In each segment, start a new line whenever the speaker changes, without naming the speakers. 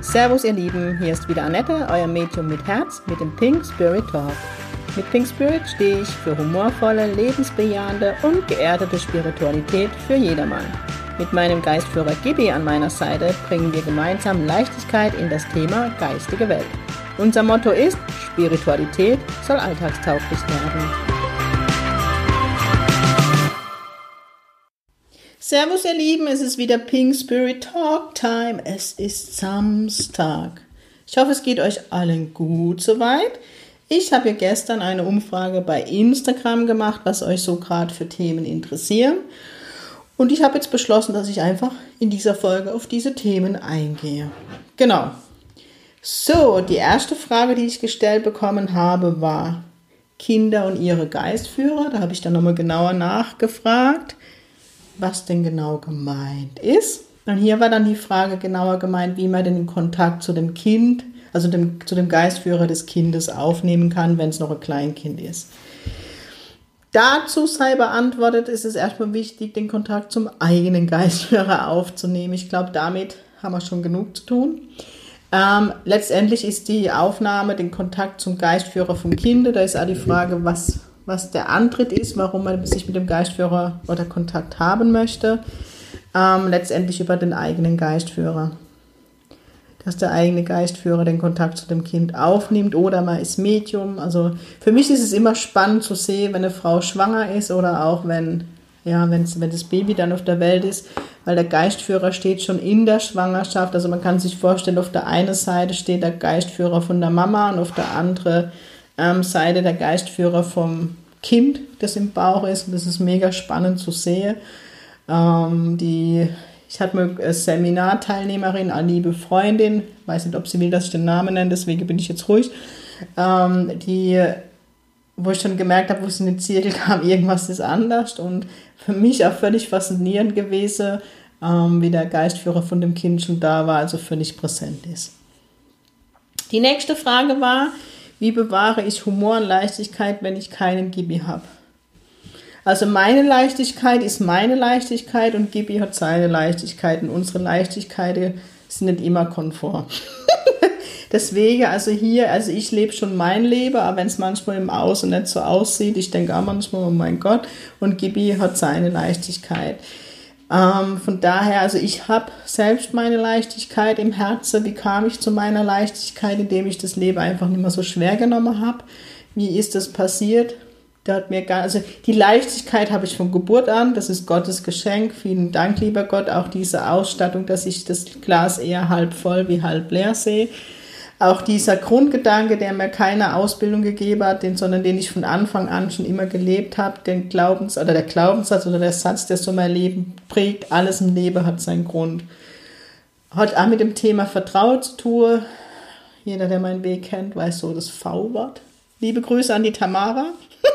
Servus ihr Lieben, hier ist wieder Annette, euer Medium mit Herz mit dem Pink Spirit Talk. Mit Pink Spirit stehe ich für humorvolle, lebensbejahende und geerdete Spiritualität für jedermann. Mit meinem Geistführer Gibi an meiner Seite bringen wir gemeinsam Leichtigkeit in das Thema geistige Welt. Unser Motto ist, Spiritualität soll alltagstauglich werden. Servus ihr Lieben, es ist wieder Pink Spirit Talk Time. Es ist Samstag. Ich hoffe, es geht euch allen gut soweit. Ich habe ja gestern eine Umfrage bei Instagram gemacht, was euch so gerade für Themen interessieren. Und ich habe jetzt beschlossen, dass ich einfach in dieser Folge auf diese Themen eingehe. Genau. So, die erste Frage, die ich gestellt bekommen habe, war Kinder und ihre Geistführer. Da habe ich dann nochmal genauer nachgefragt, was denn genau gemeint ist. Und hier war dann die Frage genauer gemeint, wie man denn den Kontakt zu dem Kind, also zu dem Geistführer des Kindes aufnehmen kann, wenn es noch ein Kleinkind ist. Dazu sei beantwortet, ist es erstmal wichtig, den Kontakt zum eigenen Geistführer aufzunehmen. Ich glaube, damit haben wir schon genug zu tun. Letztendlich ist die Aufnahme, den Kontakt zum Geistführer vom Kind, da ist auch die Frage, was der Antritt ist, warum man sich mit dem Geistführer oder Kontakt haben möchte, letztendlich über den eigenen Geistführer. Dass der eigene Geistführer den Kontakt zu dem Kind aufnimmt oder man ist Medium. Also für mich ist es immer spannend zu sehen, wenn eine Frau schwanger ist oder auch wenn das Baby dann auf der Welt ist, weil der Geistführer steht schon in der Schwangerschaft. Also man kann sich vorstellen, auf der einen Seite steht der Geistführer von der Mama und auf der anderen Seite der Geistführer vom Kind, das im Bauch ist. Und das ist mega spannend zu sehen. Ich hatte mal eine Seminarteilnehmerin, eine liebe Freundin, weiß nicht, ob sie will, dass ich den Namen nenne, deswegen bin ich jetzt ruhig, wo ich schon gemerkt habe, wo es in den Zirkel kam, irgendwas ist anders. Und für mich auch völlig faszinierend gewesen, wie der Geistführer von dem Kind schon da war, also völlig präsent ist. Die nächste Frage war, wie bewahre ich Humor und Leichtigkeit, wenn ich keinen Gibi habe? Also meine Leichtigkeit ist meine Leichtigkeit und Gibi hat seine Leichtigkeit und unsere Leichtigkeiten sind nicht immer konform. Deswegen, also ich lebe schon mein Leben, aber wenn es manchmal im Außen nicht so aussieht, ich denke auch manchmal, oh mein Gott, und Gibi hat seine Leichtigkeit. Von daher, also ich habe selbst meine Leichtigkeit im Herzen. Wie kam ich zu meiner Leichtigkeit, indem ich das Leben einfach nicht mehr so schwer genommen habe? Wie ist das passiert? Die Leichtigkeit habe ich von Geburt an, das ist Gottes Geschenk. Vielen Dank, lieber Gott, auch diese Ausstattung, dass ich das Glas eher halb voll wie halb leer sehe. Auch dieser Grundgedanke, der mir keine Ausbildung gegeben hat, sondern den ich von Anfang an schon immer gelebt habe, der Glaubenssatz oder der Satz, der so mein Leben prägt, alles im Leben hat seinen Grund. Hat auch mit dem Thema Vertrauen zu tun. Jeder, der meinen Weg kennt, weiß so das V-Wort. Liebe Grüße an die Tamara.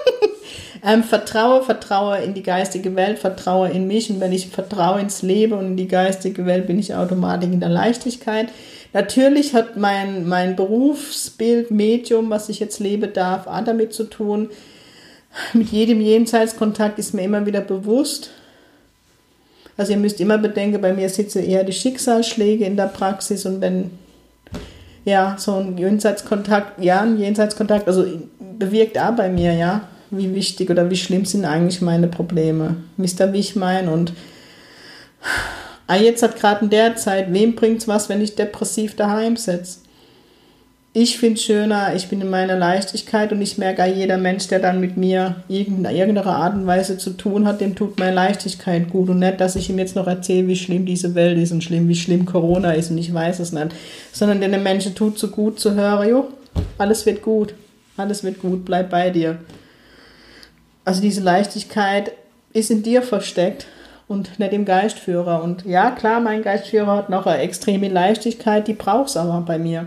Vertraue in die geistige Welt, vertraue in mich. Und wenn ich vertraue ins Leben und in die geistige Welt, bin ich automatisch in der Leichtigkeit. Natürlich hat mein Berufsbild, Medium, was ich jetzt leben darf, auch damit zu tun. Mit jedem Jenseitskontakt ist mir immer wieder bewusst. Also ihr müsst immer bedenken, bei mir sitzen eher die Schicksalsschläge in der Praxis und wenn so ein Jenseitskontakt, also bewirkt auch bei mir, wie wichtig oder wie schlimm sind eigentlich meine Probleme. Wisst ihr, wie ich meine? Und jetzt hat gerade in der Zeit, wem bringt's was, wenn ich depressiv daheim sitze? Ich finde es schöner, ich bin in meiner Leichtigkeit und ich merke, jeder Mensch, der dann mit mir irgendeiner Art und Weise zu tun hat, dem tut meine Leichtigkeit gut und nicht, dass ich ihm jetzt noch erzähle, wie schlimm diese Welt ist und wie schlimm Corona ist und ich weiß es nicht, sondern den Menschen tut so gut zu hören, alles wird gut, bleib bei dir. Also diese Leichtigkeit ist in dir versteckt und nicht im Geistführer. Und ja, klar, mein Geistführer hat noch eine extreme Leichtigkeit, die braucht es aber bei mir.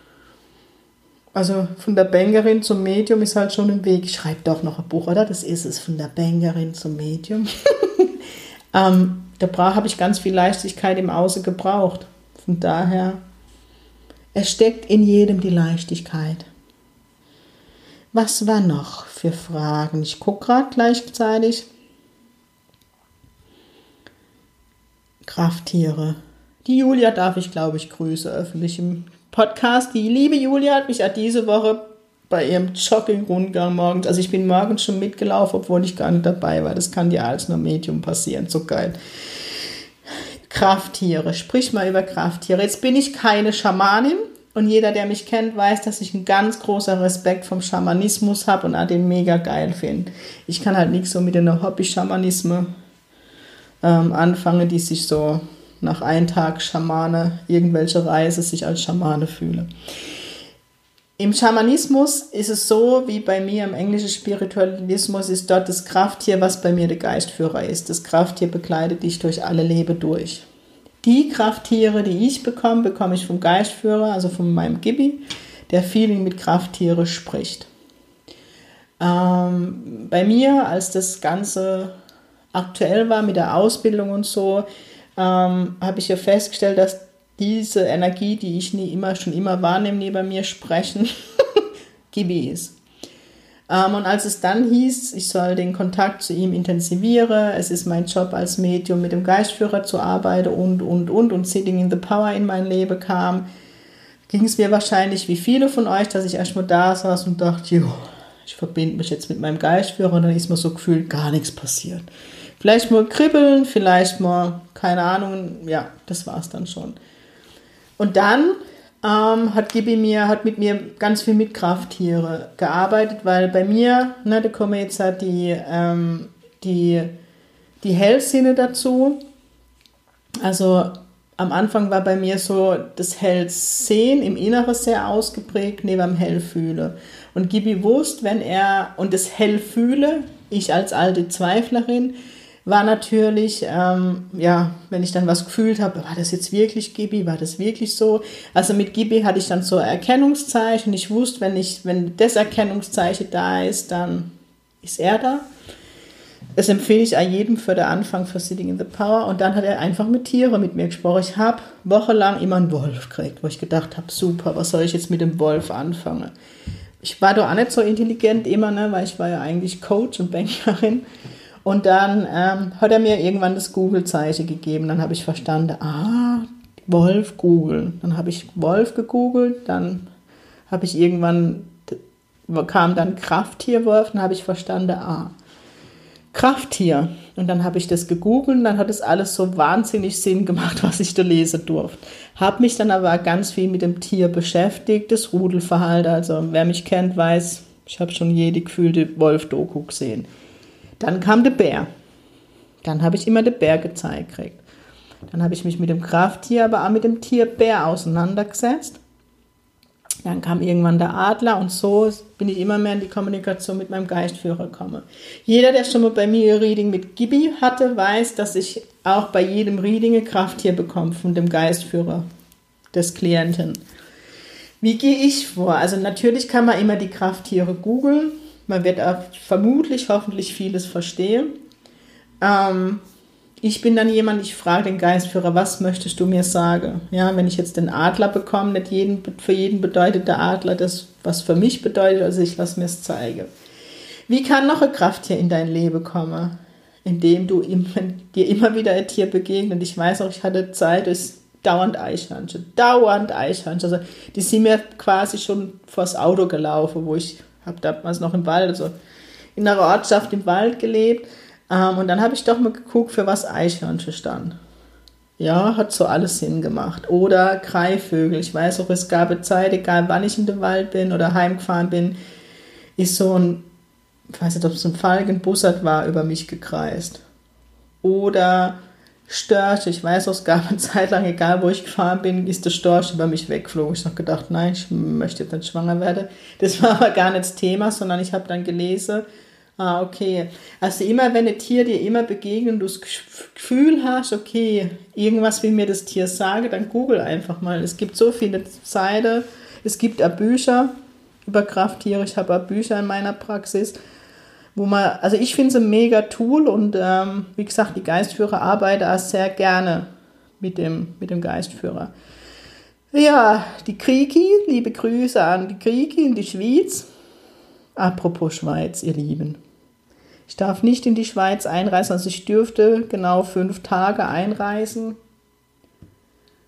Also von der Bankerin zum Medium ist halt schon ein Weg. Ich schreibe doch noch ein Buch, oder? Das ist es, von der Bankerin zum Medium. Da habe ich ganz viel Leichtigkeit im Außen gebraucht. Von daher, es steckt in jedem die Leichtigkeit. Was war noch für Fragen? Ich gucke gerade gleichzeitig. Krafttiere. Die Julia darf ich, glaube ich, grüßen öffentlich im Podcast. Die liebe Julia hat mich ja diese Woche bei ihrem Jogging-Rundgang morgens, also ich bin morgens schon mitgelaufen, obwohl ich gar nicht dabei war. Das kann dir als nur Medium passieren, so geil. Krafttiere, sprich mal über Krafttiere. Jetzt bin ich keine Schamanin und jeder, der mich kennt, weiß, dass ich einen ganz großen Respekt vom Schamanismus habe und auch den mega geil finde. Ich kann halt nichts so mit einer Hobby-Schamanisme anfangen, die sich so nach einem Tag Schamane, irgendwelche Reise sich als Schamane fühle. Im Schamanismus ist es so, wie bei mir im englischen Spiritualismus ist dort das Krafttier, was bei mir der Geistführer ist. Das Krafttier begleitet dich durch alle Leben durch. Die Krafttiere, die ich bekomme ich vom Geistführer, also von meinem Gibi, der viel mit Krafttiere spricht. Bei mir, als das Ganze aktuell war mit der Ausbildung und so, habe ich ja festgestellt, dass diese Energie, die ich schon immer wahrnehme, neben mir sprechen, Gibi ist. Und als es dann hieß, ich soll den Kontakt zu ihm intensivieren, es ist mein Job als Medium mit dem Geistführer zu arbeiten und Sitting in the Power in mein Leben kam, ging es mir wahrscheinlich wie viele von euch, dass ich erstmal da saß und dachte, ich verbinde mich jetzt mit meinem Geistführer und dann ist mir so gefühlt gar nichts passiert. Vielleicht mal kribbeln, vielleicht mal, keine Ahnung, ja, das war es dann schon. Und dann hat mit mir ganz viel mit Krafttiere gearbeitet, weil bei mir, da kommen jetzt halt die Hellsinne dazu. Also am Anfang war bei mir so das Hellsehen im Inneren sehr ausgeprägt, neben dem Hellfühle. Und Gibi wusste, und das Hellfühle, ich als alte Zweiflerin, war natürlich, wenn ich dann was gefühlt habe, war das jetzt wirklich Gibi, war das wirklich so? Also mit Gibi hatte ich dann so Erkennungszeichen. Ich wusste, wenn das Erkennungszeichen da ist, dann ist er da. Das empfehle ich auch jedem für den Anfang für Sitting in the Power. Und dann hat er einfach mit Tieren mit mir gesprochen. Ich habe wochenlang immer einen Wolf gekriegt, wo ich gedacht habe, super, was soll ich jetzt mit dem Wolf anfangen? Ich war doch auch nicht so intelligent immer, weil ich war ja eigentlich Coach und Bankerin. Und dann hat er mir irgendwann das Google-Zeichen gegeben. Dann habe ich verstanden, Wolf Google. Dann habe ich Wolf gegoogelt. Dann habe ich kam dann Krafttierwolf. Dann habe ich verstanden, Krafttier. Und dann habe ich das gegoogelt und dann hat es alles so wahnsinnig Sinn gemacht, was ich da lesen durfte. Habe mich dann aber ganz viel mit dem Tier beschäftigt, das Rudelverhalten. Also wer mich kennt, weiß, ich habe schon jede gefühlte Wolf-Doku gesehen. Dann kam der Bär. Dann habe ich immer den Bär gezeigt gekriegt. Dann habe ich mich mit dem Krafttier, aber auch mit dem Tier Bär auseinandergesetzt. Dann kam irgendwann der Adler und so bin ich immer mehr in die Kommunikation mit meinem Geistführer gekommen. Jeder, der schon mal bei mir ein Reading mit Gibi hatte, weiß, dass ich auch bei jedem Reading ein Krafttier bekomme von dem Geistführer des Klienten. Wie gehe ich vor? Also natürlich kann man immer die Krafttiere googeln. Man wird auch vermutlich, hoffentlich vieles verstehen. Ich bin dann jemand, ich frage den Geistführer, was möchtest du mir sagen? Ja, wenn ich jetzt den Adler bekomme, nicht für jeden bedeutet der Adler das, was für mich bedeutet, also ich lasse mir es zeigen. Wie kann noch ein Krafttier in dein Leben kommen? Indem dir immer wieder ein Tier begegnet. Ich weiß auch, ich hatte Zeit, ist dauernd Eichhörnchen. Also die sind mir quasi schon vors Auto gelaufen, wo ich habe damals noch im Wald, also in einer Ortschaft im Wald gelebt. Und dann habe ich doch mal geguckt, für was Eichhörnchen stand. Ja, hat so alles Sinn gemacht. Oder Greifvögel. Ich weiß auch, es gab eine Zeit, egal wann ich in den Wald bin oder heimgefahren bin, ist so ein, ich weiß nicht, ob es ein Falkenbussard war, über mich gekreist. Oder Störche. Ich weiß auch, es gab eine Zeit lang, egal wo ich gefahren bin, ist der Storch über mich weggeflogen. Ich habe gedacht, nein, ich möchte jetzt nicht schwanger werden. Das war aber gar nicht das Thema, sondern ich habe dann gelesen, okay. Also immer, wenn ein Tier dir immer begegnet und du das Gefühl hast, okay, irgendwas will mir das Tier sagen, dann google einfach mal. Es gibt so viele Seiten, es gibt auch Bücher über Krafttiere. Ich habe auch Bücher in meiner Praxis, also ich finde es ein mega Tool und wie gesagt, die Geistführer arbeiten auch sehr gerne mit dem Geistführer. Ja, die Kriki, liebe Grüße an die Kriki in die Schweiz. Apropos Schweiz, ihr Lieben. Ich darf nicht in die Schweiz einreisen, also ich dürfte genau 5 Tage einreisen.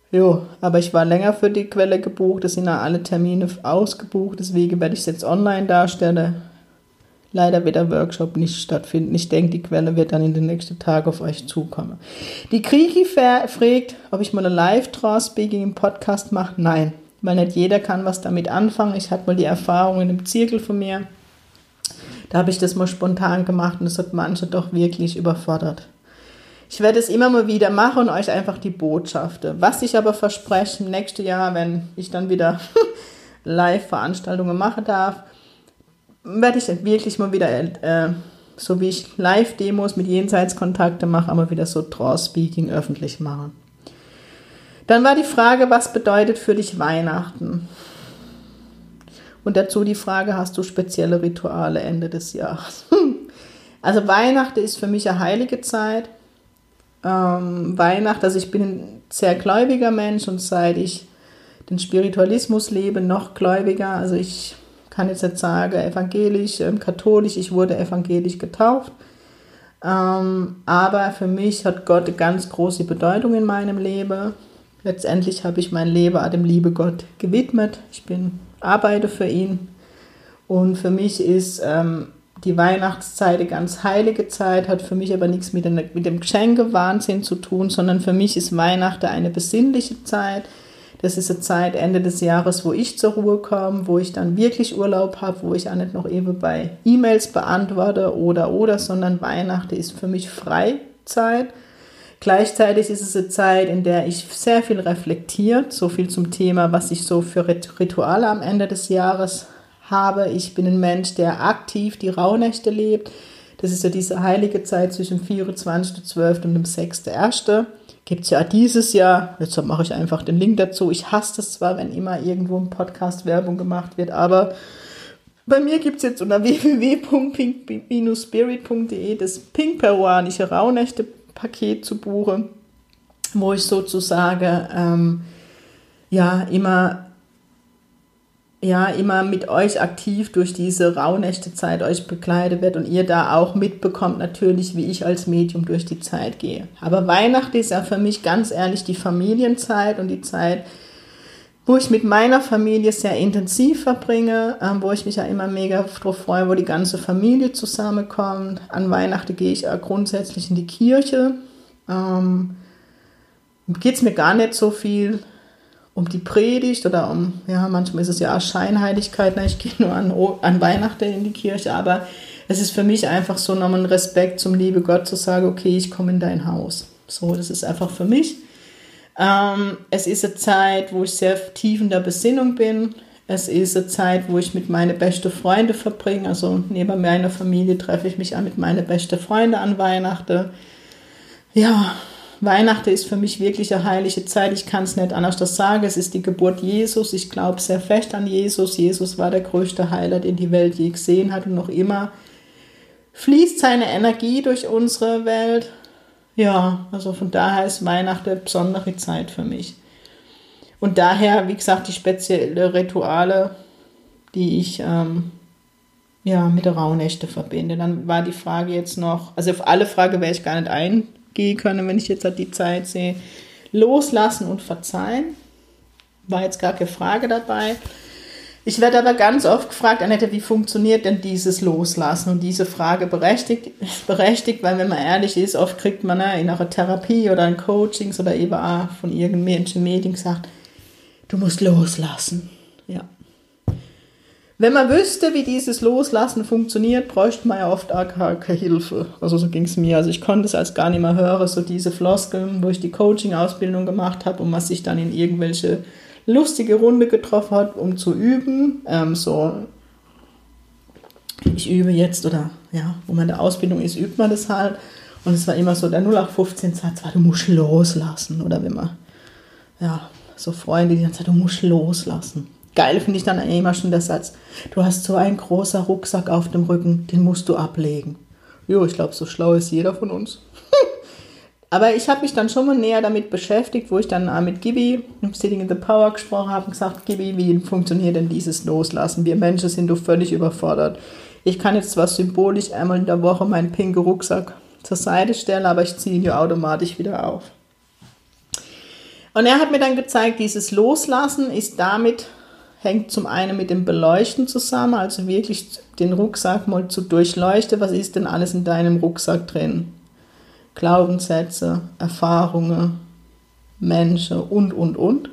Jo, aber ich war länger für die Quelle gebucht, es sind ja alle Termine ausgebucht, deswegen werde ich es jetzt online darstellen. Leider wird der Workshop nicht stattfinden. Ich denke, die Quelle wird dann in den nächsten Tagen auf euch zukommen. Die Kriechi fragt, ob ich mal eine Live-Draw-Speaking im Podcast mache. Nein, weil nicht jeder kann was damit anfangen. Ich hatte mal die Erfahrung in einem Zirkel von mir. Da habe ich das mal spontan gemacht und das hat manche doch wirklich überfordert. Ich werde es immer mal wieder machen und euch einfach die Botschaften. Was ich aber verspreche, im nächsten Jahr, wenn ich dann wieder Live-Veranstaltungen machen darf, werde ich wirklich mal wieder, so wie ich Live-Demos mit Jenseitskontakte mache, aber wieder so Draw-Speaking öffentlich machen. Dann war die Frage, was bedeutet für dich Weihnachten? Und dazu die Frage, hast du spezielle Rituale Ende des Jahres? Also Weihnachten ist für mich eine heilige Zeit. Weihnachten, also ich bin ein sehr gläubiger Mensch und seit ich den Spiritualismus lebe, noch gläubiger. Also ich kann jetzt nicht sagen evangelisch, katholisch, ich wurde evangelisch getauft. Aber für mich hat Gott eine ganz große Bedeutung in meinem Leben. Letztendlich habe ich mein Leben dem lieben Gott gewidmet. Ich arbeite für ihn. Und für mich ist die Weihnachtszeit eine ganz heilige Zeit, hat für mich aber nichts mit dem Geschenke-Wahnsinn zu tun, sondern für mich ist Weihnachten eine besinnliche Zeit. Das ist eine Zeit Ende des Jahres, wo ich zur Ruhe komme, wo ich dann wirklich Urlaub habe, wo ich auch nicht noch eben bei E-Mails beantworte oder, sondern Weihnachten ist für mich Freizeit. Gleichzeitig ist es eine Zeit, in der ich sehr viel reflektiere, so viel zum Thema, was ich so für Rituale am Ende des Jahres habe. Ich bin ein Mensch, der aktiv die Rauhnächte lebt. Das ist ja diese heilige Zeit zwischen dem 24.12. und dem 6.1. Gibt es ja dieses Jahr, jetzt mache ich einfach den Link dazu. Ich hasse es zwar, wenn immer irgendwo im Podcast Werbung gemacht wird, aber bei mir gibt es jetzt unter www.pink-spirit.de das pink-peruanische Rauhnächte-Paket zu buchen, wo ich sozusagen immer mit euch aktiv durch diese Rauhnächte-Zeit euch begleitet wird und ihr da auch mitbekommt natürlich, wie ich als Medium durch die Zeit gehe. Aber Weihnachten ist ja für mich ganz ehrlich die Familienzeit und die Zeit, wo ich mit meiner Familie sehr intensiv verbringe, wo ich mich ja immer mega drauf freue, wo die ganze Familie zusammenkommt. An Weihnachten gehe ich grundsätzlich in die Kirche. Geht es mir gar nicht so viel um die Predigt oder manchmal ist es ja auch Scheinheiligkeit, ich gehe nur an Weihnachten in die Kirche, aber es ist für mich einfach so nochmal ein Respekt zum lieben Gott zu sagen, okay, ich komme in dein Haus. So, das ist einfach für mich. Es ist eine Zeit, wo ich sehr tief in der Besinnung bin. Es ist eine Zeit, wo ich mit meinen besten Freunden verbringe. Also neben meiner Familie treffe ich mich auch mit meinen besten Freunden an Weihnachten. Ja, Weihnachten ist für mich wirklich eine heilige Zeit. Ich kann es nicht anders sagen. Es ist die Geburt Jesus. Ich glaube sehr fest an Jesus. Jesus war der größte Heiler, den die Welt je gesehen hat. Und noch immer fließt seine Energie durch unsere Welt. Ja, also von daher ist Weihnachten eine besondere Zeit für mich. Und daher, wie gesagt, die speziellen Rituale, die ich mit der Rauhnächte verbinde. Dann war die Frage jetzt noch, also auf alle Fragen werde ich gar nicht eingehen können, wenn ich jetzt halt die Zeit sehe. Loslassen und verzeihen. War jetzt gar keine Frage dabei. Ich werde aber ganz oft gefragt, Annette, wie funktioniert denn dieses Loslassen? Und diese Frage berechtigt, weil wenn man ehrlich ist, oft kriegt man in einer Therapie oder in Coachings oder eben auch von irgendwelchen Medien gesagt, du musst loslassen. Ja. Wenn man wüsste, wie dieses Loslassen funktioniert, bräuchte man ja oft auch keine Hilfe. Also so ging es mir. Also ich konnte es als gar nicht mehr hören, so diese Floskeln, wo ich die Coaching-Ausbildung gemacht habe und man sich dann in irgendwelche lustige Runde getroffen hat, um zu üben. Ich übe jetzt oder wo man in der Ausbildung ist, übt man das halt. Und es war immer so der 0815-Satz war, du musst loslassen. Oder wenn man, so Freunde, die dann sagen, du musst loslassen. Geil finde ich dann immer schon der Satz, du hast so einen großen Rucksack auf dem Rücken, den musst du ablegen. Jo, ich glaube, so schlau ist jeder von uns. Aber ich habe mich dann schon mal näher damit beschäftigt, wo ich dann mit Gibi im Sitting in the Power gesprochen habe und gesagt, Gibi, wie funktioniert denn dieses Loslassen? Wir Menschen sind doch völlig überfordert. Ich kann jetzt zwar symbolisch einmal in der Woche meinen pinken Rucksack zur Seite stellen, aber ich ziehe ihn ja automatisch wieder auf. Und er hat mir dann gezeigt, dieses Loslassen hängt zum einen mit dem Beleuchten zusammen, also wirklich den Rucksack mal zu durchleuchten. Was ist denn alles in deinem Rucksack drin? Glaubenssätze, Erfahrungen, Menschen und. Und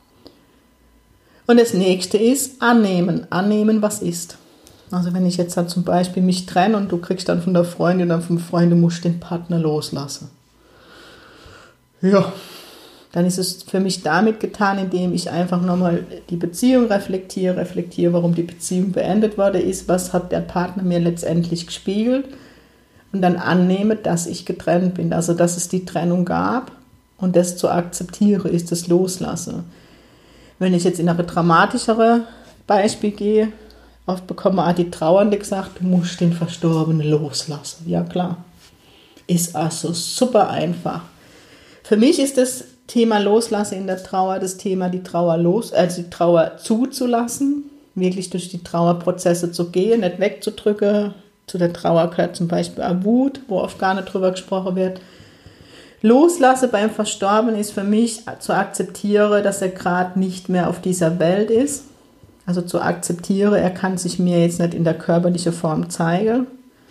das nächste ist annehmen, was ist. Also wenn ich jetzt dann zum Beispiel mich trenne und du kriegst dann von der Freundin oder vom Freund, du musst den Partner loslassen. Ja, dann ist es für mich damit getan, indem ich einfach nochmal die Beziehung reflektiere, warum die Beziehung beendet worden ist, was hat der Partner mir letztendlich gespiegelt und dann annehme, dass ich getrennt bin, also dass es die Trennung gab und das zu akzeptiere, ist das Loslassen. Wenn ich jetzt in eine dramatischere Beispiel gehe, oft bekomme auch die Trauernde gesagt, du musst den Verstorbenen loslassen. Ja klar, ist also super einfach. Für mich ist das Thema Loslassen in der Trauer das Thema, die Trauer zuzulassen, wirklich durch die Trauerprozesse zu gehen, nicht wegzudrücken. Zu der Trauer gehört zum Beispiel auch Wut, wo oft gar nicht drüber gesprochen wird. Loslassen beim Verstorbenen ist für mich zu akzeptieren, dass er gerade nicht mehr auf dieser Welt ist. Also zu akzeptieren, er kann sich mir jetzt nicht in der körperlichen Form zeigen.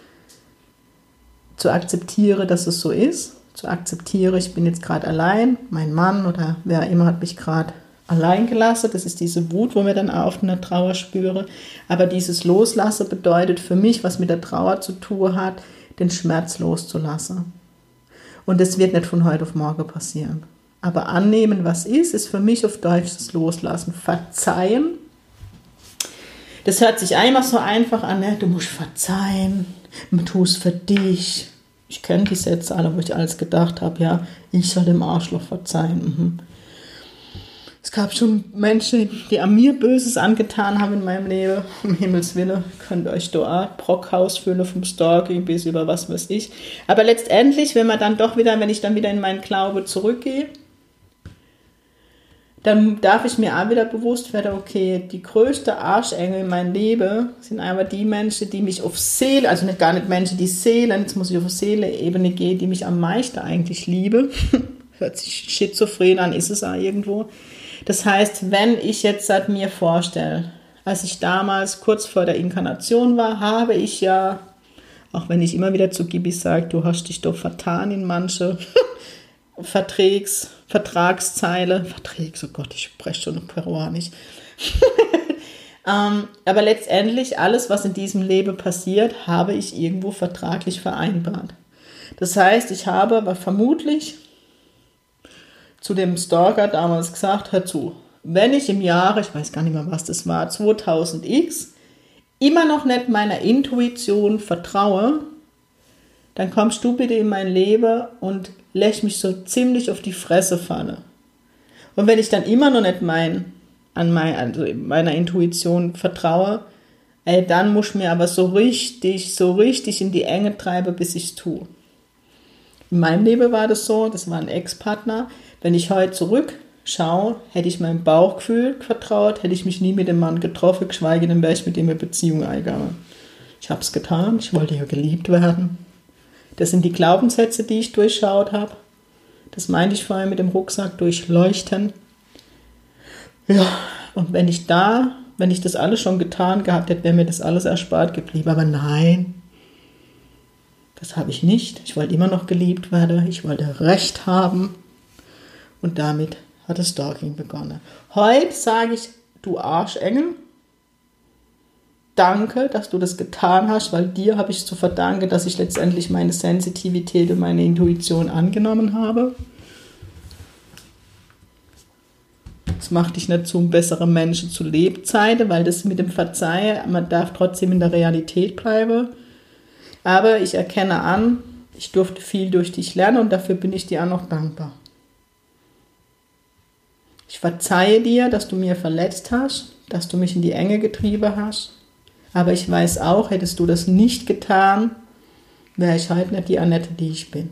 Zu akzeptieren, dass es so ist. Zu akzeptieren, ich bin jetzt gerade allein, mein Mann oder wer immer hat mich gerade allein gelassen. Das ist diese Wut, wo wir dann auch auf einer Trauer spüren. Aber dieses Loslassen bedeutet für mich, was mit der Trauer zu tun hat, den Schmerz loszulassen. Und das wird nicht von heute auf morgen passieren. Aber annehmen, was ist für mich auf Deutsch das Loslassen. Verzeihen. Das hört sich einmal so einfach an, ne? Du musst verzeihen, tu es für dich. Ich kenne die Sätze alle, wo ich alles gedacht habe, ja, ich soll dem Arschloch verzeihen. Es gab schon Menschen, die an mir Böses angetan haben in meinem Leben. Um Himmels Willen, könnt ihr euch da auch Brockhaus füllen vom Stalking bis über was weiß ich. Aber letztendlich, wenn ich dann wieder in meinen Glaube zurückgehe, dann darf ich mir auch wieder bewusst werden, okay, die größte Arschengel in meinem Leben sind einfach die Menschen, die mich auf Seele, also gar nicht Menschen, die Seelen, jetzt muss ich auf Seele-Ebene gehen, die mich am meisten eigentlich liebe. Hört sich schizophren an, ist es auch irgendwo. Das heißt, wenn ich jetzt mir vorstelle, als ich damals kurz vor der Inkarnation war, habe ich ja, auch wenn ich immer wieder zu Gibi sage, du hast dich doch vertan in manche Vertragszeile. Oh Gott, ich spreche schon noch Peruanisch. Aber letztendlich, alles, was in diesem Leben passiert, habe ich irgendwo vertraglich vereinbart. Das heißt, ich habe aber vermutlich zu dem Stalker damals gesagt, hör zu, wenn ich im Jahre, ich weiß gar nicht mehr, was das war, 2000x, immer noch nicht meiner Intuition vertraue, dann kommst du bitte in mein Leben und lässt mich so ziemlich auf die Fresse fallen. Und wenn ich dann immer noch nicht meiner Intuition vertraue, dann muss ich mir aber so richtig in die Enge treiben, bis ich es tue. In meinem Leben war das so, das war ein Ex-Partner. Wenn ich heute zurückschaue, hätte ich meinem Bauchgefühl vertraut, hätte ich mich nie mit dem Mann getroffen, geschweige denn wäre ich mit ihm in Beziehung eingegangen. Ich habe es getan, ich wollte ja geliebt werden. Das sind die Glaubenssätze, die ich durchschaut habe. Das meinte ich vorher mit dem Rucksack durchleuchten. Ja, und wenn ich das alles schon getan gehabt hätte, wäre mir das alles erspart geblieben. Aber nein, das habe ich nicht. Ich wollte immer noch geliebt werden. Ich wollte Recht haben. Und damit hat das Stalking begonnen. Heute sage ich, du Arschengel, danke, dass du das getan hast, weil dir habe ich zu verdanken, dass ich letztendlich meine Sensitivität und meine Intuition angenommen habe. Das macht dich nicht zu einem besseren Menschen zu Lebzeiten, weil das mit dem Verzeihen, man darf trotzdem in der Realität bleiben. Aber ich erkenne an, ich durfte viel durch dich lernen und dafür bin ich dir auch noch dankbar. Ich verzeihe dir, dass du mir verletzt hast, dass du mich in die Enge getrieben hast. Aber ich weiß auch, hättest du das nicht getan, wäre ich heute nicht die Annette, die ich bin.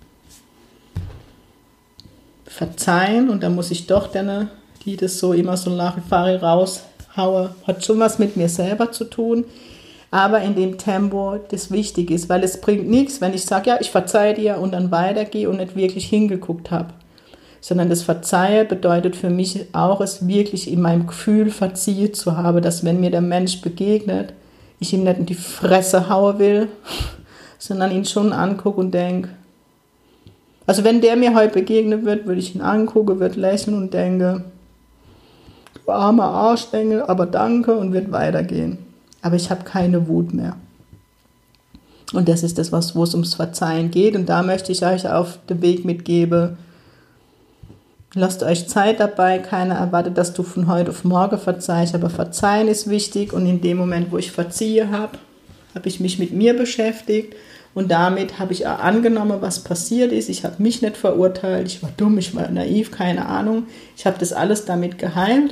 Verzeihen, und da muss ich doch deine, die das so immer so Larifari raushaue, hat schon was mit mir selber zu tun, aber in dem Tempo, das wichtig ist, weil es bringt nichts, wenn ich sage, ja, ich verzeihe dir und dann weitergehe und nicht wirklich hingeguckt habe. sondern das Verzeihe bedeutet für mich auch, es wirklich in meinem Gefühl verziehen zu haben, dass wenn mir der Mensch begegnet, ich ihm nicht in die Fresse hauen will, sondern ihn schon angucke und denke, also wenn der mir heute begegnet wird, würde ich ihn angucken, würde lächeln und denke, du armer Arschengel, aber danke und wird weitergehen. Aber ich habe keine Wut mehr. Und das ist das, wo es ums Verzeihen geht. Und da möchte ich euch auf den Weg mitgeben, lasst euch Zeit dabei. Keiner erwartet, dass du von heute auf morgen verzeihst, aber Verzeihen ist wichtig. Und in dem Moment, wo ich verziehe habe ich mich mit mir beschäftigt. Und damit habe ich auch angenommen, was passiert ist. Ich habe mich nicht verurteilt, ich war dumm, ich war naiv, keine Ahnung. Ich habe das alles damit geheilt.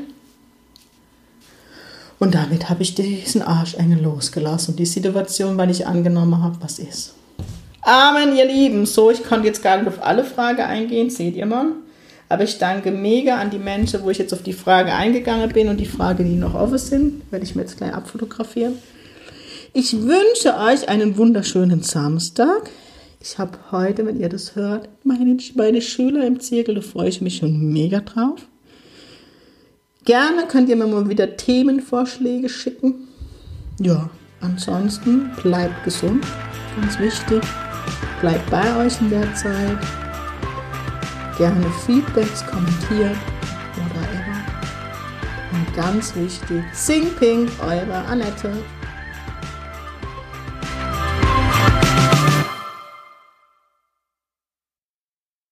Und damit habe ich diesen Arschengel losgelassen und die Situation, weil ich angenommen habe, was ist. Amen, ihr Lieben. So, ich konnte jetzt gar nicht auf alle Fragen eingehen, seht ihr mal. Aber ich danke mega an die Menschen, wo ich jetzt auf die Frage eingegangen bin und die Fragen, die noch offen sind, werde ich mir jetzt gleich abfotografieren. Ich wünsche euch einen wunderschönen Samstag. Ich habe heute, wenn ihr das hört, meine Schüler im Zirkel, da freue ich mich schon mega drauf. Gerne könnt ihr mir mal wieder Themenvorschläge schicken. Ja, ansonsten bleibt gesund, ganz wichtig. Bleibt bei euch in der Zeit. Gerne Feedbacks, kommentiert, whatever. Und ganz wichtig, Sing Pink, eure Annette.